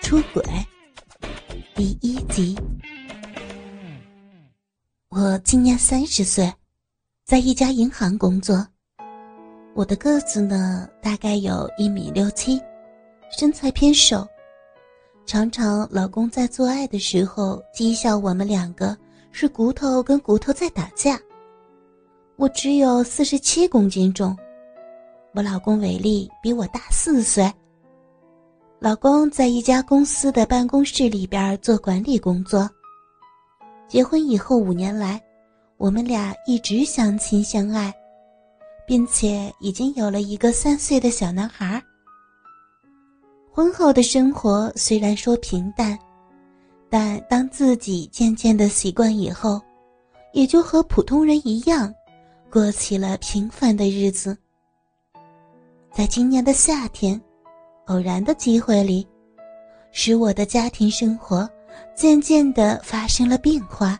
出轨第1集。我今年30岁，在一家银行工作。我的个子呢，大概有1.67米，身材偏瘦。常常老公在做爱的时候讥笑我们2个是骨头跟骨头在打架。我只有47公斤重，我老公伟力比我大4岁。老公在一家公司的办公室里边做管理工作。结婚以后5年来，我们俩一直相亲相爱，并且已经有了一个3岁的小男孩。婚后的生活虽然说平淡，但当自己渐渐的习惯以后，也就和普通人一样，过起了平凡的日子。在今年的夏天，偶然的机会里，使我的家庭生活渐渐地发生了变化。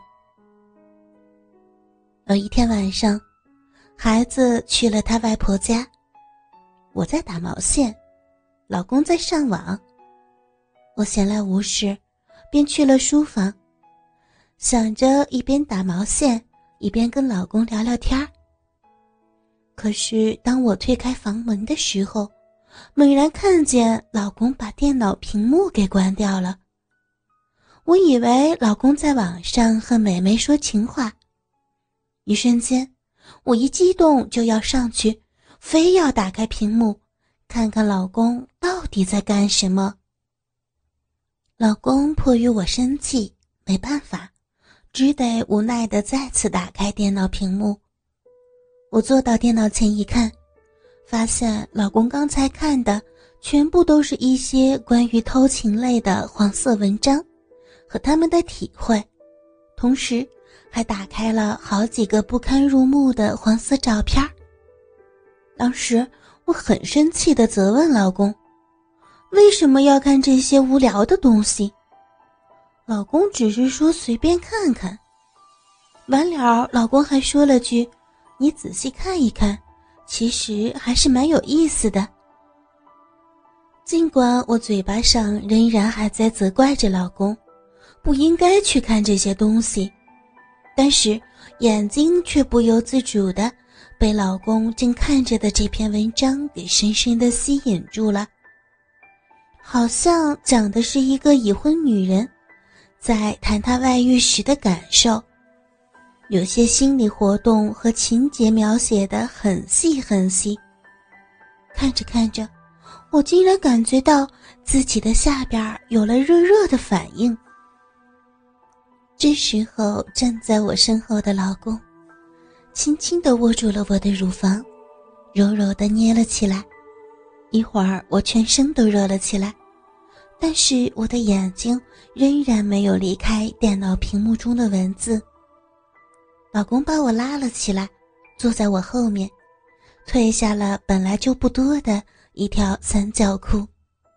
有一天晚上，孩子去了他外婆家，我在打毛线，老公在上网。我闲来无事，便去了书房，想着一边打毛线，一边跟老公聊聊天。可是当我推开房门的时候，猛然看见老公把电脑屏幕给关掉了。我以为老公在网上和美眉说情话，一瞬间我一激动就要上去，非要打开屏幕看看老公到底在干什么。老公迫于我生气，没办法，只得无奈地再次打开电脑屏幕。我坐到电脑前一看，发现老公刚才看的全部都是一些关于偷情类的黄色文章和他们的体会，同时还打开了好几个不堪入目的黄色照片。当时我很生气地责问老公，为什么要看这些无聊的东西？老公只是说随便看看。完了，老公还说了句，你仔细看一看，其实还是蛮有意思的。尽管我嘴巴上仍然还在责怪着老公不应该去看这些东西，但是眼睛却不由自主地被老公正看着的这篇文章给深深地吸引住了。好像讲的是一个已婚女人在谈她外遇时的感受，有些心理活动和情节描写得很细很细。看着看着，我竟然感觉到自己的下边有了热热的反应。这时候站在我身后的老公轻轻地握住了我的乳房，柔柔地捏了起来。一会儿我全身都热了起来，但是我的眼睛仍然没有离开电脑屏幕中的文字。老公把我拉了起来，坐在我后面，褪下了本来就不多的一条三角裤。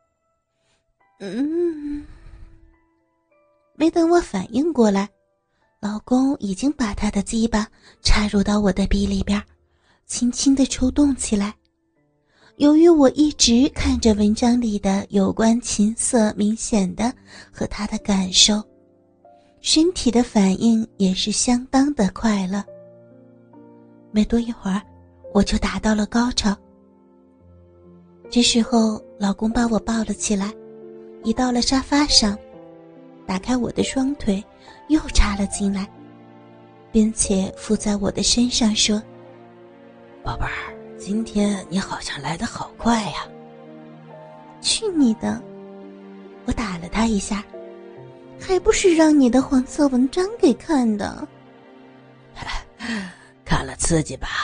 没等我反应过来，老公已经把他的鸡巴插入到我的逼里边，轻轻地抽动起来。由于我一直看着文章里的有关情色明显的和他的感受，身体的反应也是相当的快了。没多一会儿，我就达到了高潮。这时候老公把我抱了起来，移到了沙发上，打开我的双腿又插了进来，并且附在我的身上说， 宝贝儿，今天你好像来得好快呀。 去你的！我打了他一下，还不是让你的黄色文章给看的。 看了刺激吧？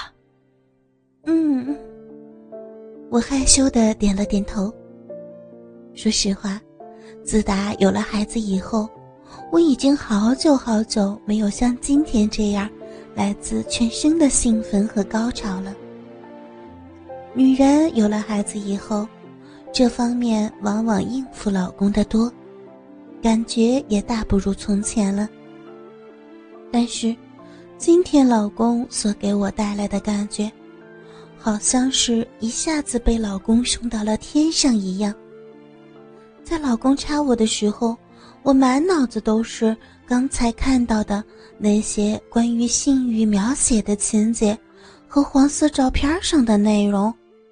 我害羞地点了点头。说实话，自打有了孩子以后，我已经好久好久没有像今天这样来自全身的兴奋和高潮了。女人有了孩子以后，这方面往往应付老公的多，感觉也大不如从前了。但是今天老公所给我带来的感觉，好像是一下子被老公送到了天上一样。 在老公插我的时候，我满脑子都是刚才看到的那些关于性欲描写的情节和黄色照片上的内容。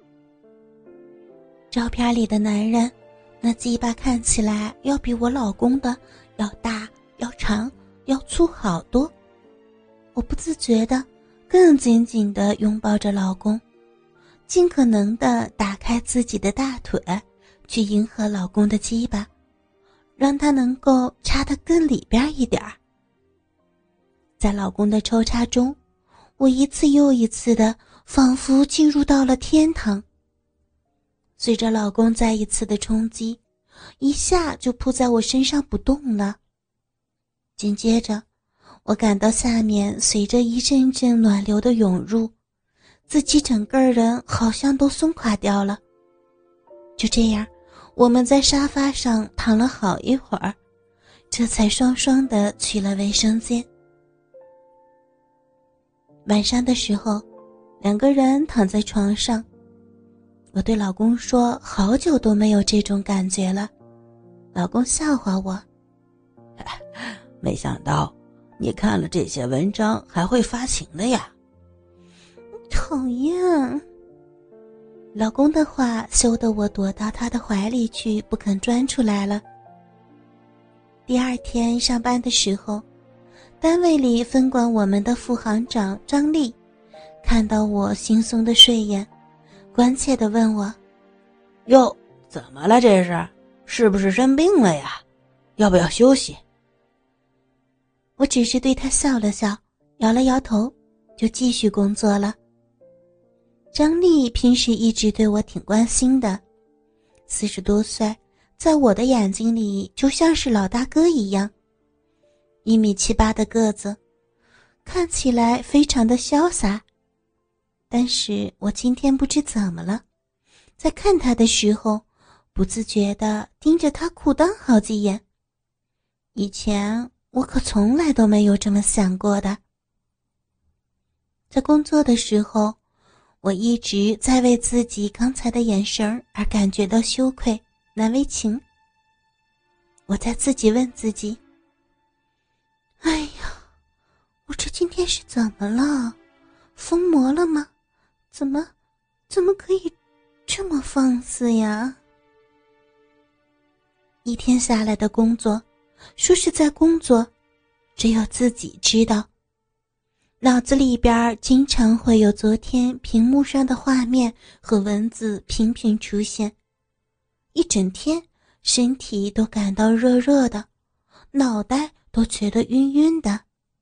照片里的男人，那鸡巴看起来要比我老公的要大、要长、要粗好多。我不自觉地更紧紧地拥抱着老公，尽可能地打开自己的大腿，去迎合老公的鸡巴，让他能够插得更里边一点儿。在老公的抽插中，我一次又一次的仿佛进入到了天堂。随着老公再一次的冲击，一下就扑在我身上不动了。紧接着，我感到下面随着一阵阵暖流的涌入，自己整个人好像都松垮掉了。就这样，我们在沙发上躺了好一会儿，这才双双地去了卫生间。晚上的时候，两个人躺在床上，我对老公说好久都没有这种感觉了。老公笑话我， 没想到你看了这些文章还会发情的呀。 讨厌。老公的话羞得我躲到他的怀里去，不肯钻出来了。第二天上班的时候，单位里分管我们的副行长张丽看到我惺忪的睡眼，关切地问我， 哟，怎么了这是？是不是生病了呀？要不要休息？ 我只是对他笑了笑，摇了摇头，就继续工作了。张丽平时一直对我挺关心的，40多岁，在我的眼睛里就像是老大哥一样，1.78米的个子，看起来非常的潇洒。但是我今天不知怎么了，在看他的时候，不自觉地盯着他裤裆好几眼。以前我可从来都没有这么想过的。在工作的时候，我一直在为自己刚才的眼神而感觉到羞愧、难为情。我在自己问自己，哎呀，我这今天是怎么了？疯魔了吗？怎么可以这么放肆呀？一天下来的工作，说是在工作，只有自己知道。脑子里边经常会有昨天屏幕上的画面和文字频频出现，一整天身体都感到热热的，脑袋都觉得晕晕的。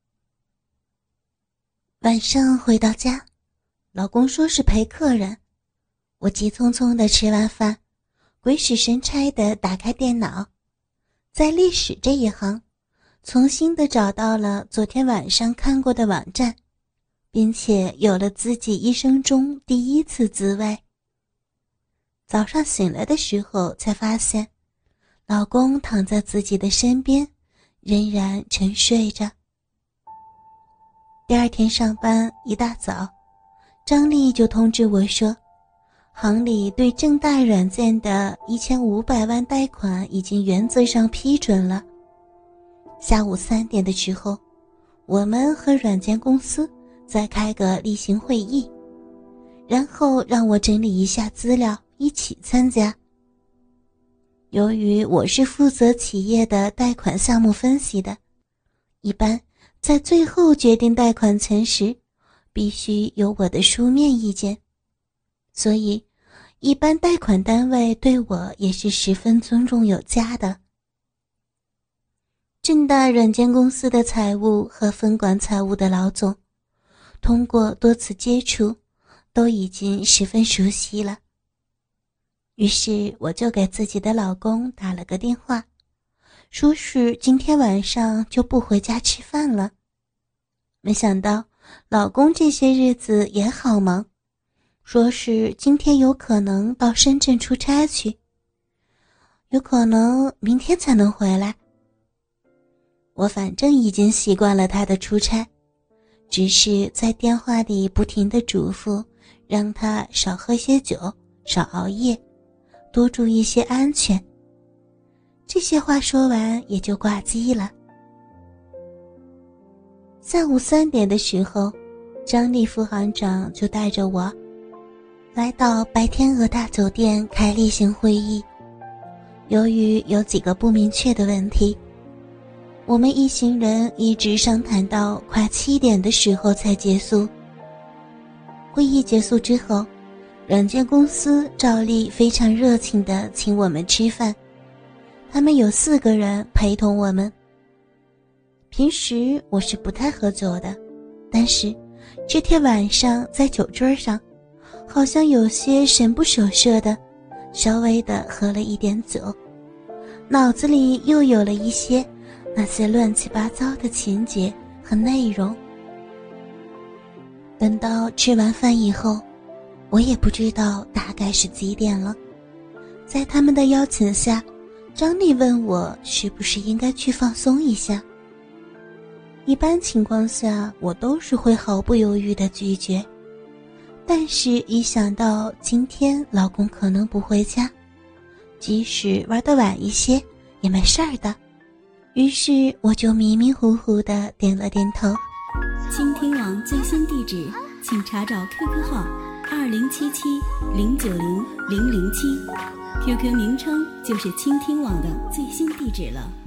晚上回到家，老公说是陪客人，我急匆匆地吃完饭，鬼使神差地打开电脑，在历史这一行重新地找到了昨天晚上看过的网站，并且有了自己一生中第一次自慰。早上醒来的时候才发现，老公躺在自己的身边，仍然沉睡着。第二天上班一大早，张丽就通知我说，行里对正大软件的1500万贷款已经原则上批准了。下午3点的时候，我们和软件公司再开个例行会议，然后让我整理一下资料，一起参加。由于我是负责企业的贷款项目分析的，一般在最后决定贷款钱时，必须有我的书面意见，所以一般贷款单位对我也是十分尊重有加的。正大软件公司的财务和分管财务的老总，通过多次接触，都已经十分熟悉了。于是我就给自己的老公打了个电话，说是今天晚上就不回家吃饭了。没想到老公这些日子也好忙，说是今天有可能到深圳出差去，有可能明天才能回来。我反正已经习惯了他的出差，只是在电话里不停地嘱咐，让他少喝些酒，少熬夜，多注意些安全。 这些话说完也就挂机了。下午3点的时候，张丽副行长就带着我来到白天鹅大酒店开例行会议。由于有几个不明确的问题，我们一行人一直商谈到快7点的时候才结束。会议结束之后，软件公司照例非常热情地请我们吃饭，他们有4个人陪同我们。平时我是不太喝酒的，但是这天晚上在酒桌上，好像有些神不守舍的，稍微的喝了一点酒，脑子里又有了一些那些乱七八糟的情节和内容。等到吃完饭以后，我也不知道大概是几点了。在他们的邀请下，张丽问我是不是应该去放松一下。一般情况下，我都是会毫不犹豫地拒绝，但是一想到今天老公可能不回家，即使玩得晚一些也没事儿的，于是我就迷迷糊糊地点了点头。 倾听网最新地址，请查找 QQ 号2077090007，QQ 名称就是倾听网的最新地址了。